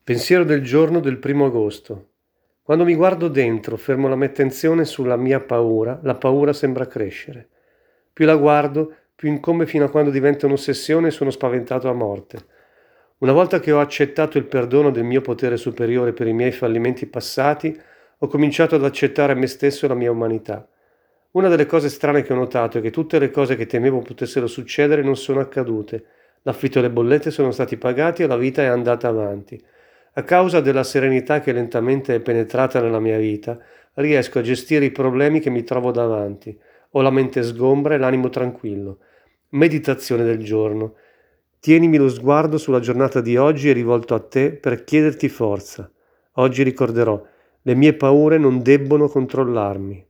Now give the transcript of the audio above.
Pensiero del giorno del 1° agosto. Quando mi guardo dentro, fermo la mia attenzione sulla mia paura, la paura sembra crescere. Più la guardo, più incombe fino a quando diventa un'ossessione e sono spaventato a morte. Una volta che ho accettato il perdono del mio potere superiore per i miei fallimenti passati, ho cominciato ad accettare me stesso e la mia umanità. Una delle cose strane che ho notato è che tutte le cose che temevo potessero succedere non sono accadute. L'affitto e le bollette sono stati pagati e la vita è andata avanti. A causa della serenità che lentamente è penetrata nella mia vita, riesco a gestire i problemi che mi trovo davanti. Ho la mente sgombra e l'animo tranquillo. Meditazione del giorno. Tienimi lo sguardo sulla giornata di oggi e rivolto a te per chiederti forza. Oggi ricorderò, le mie paure non debbono controllarmi.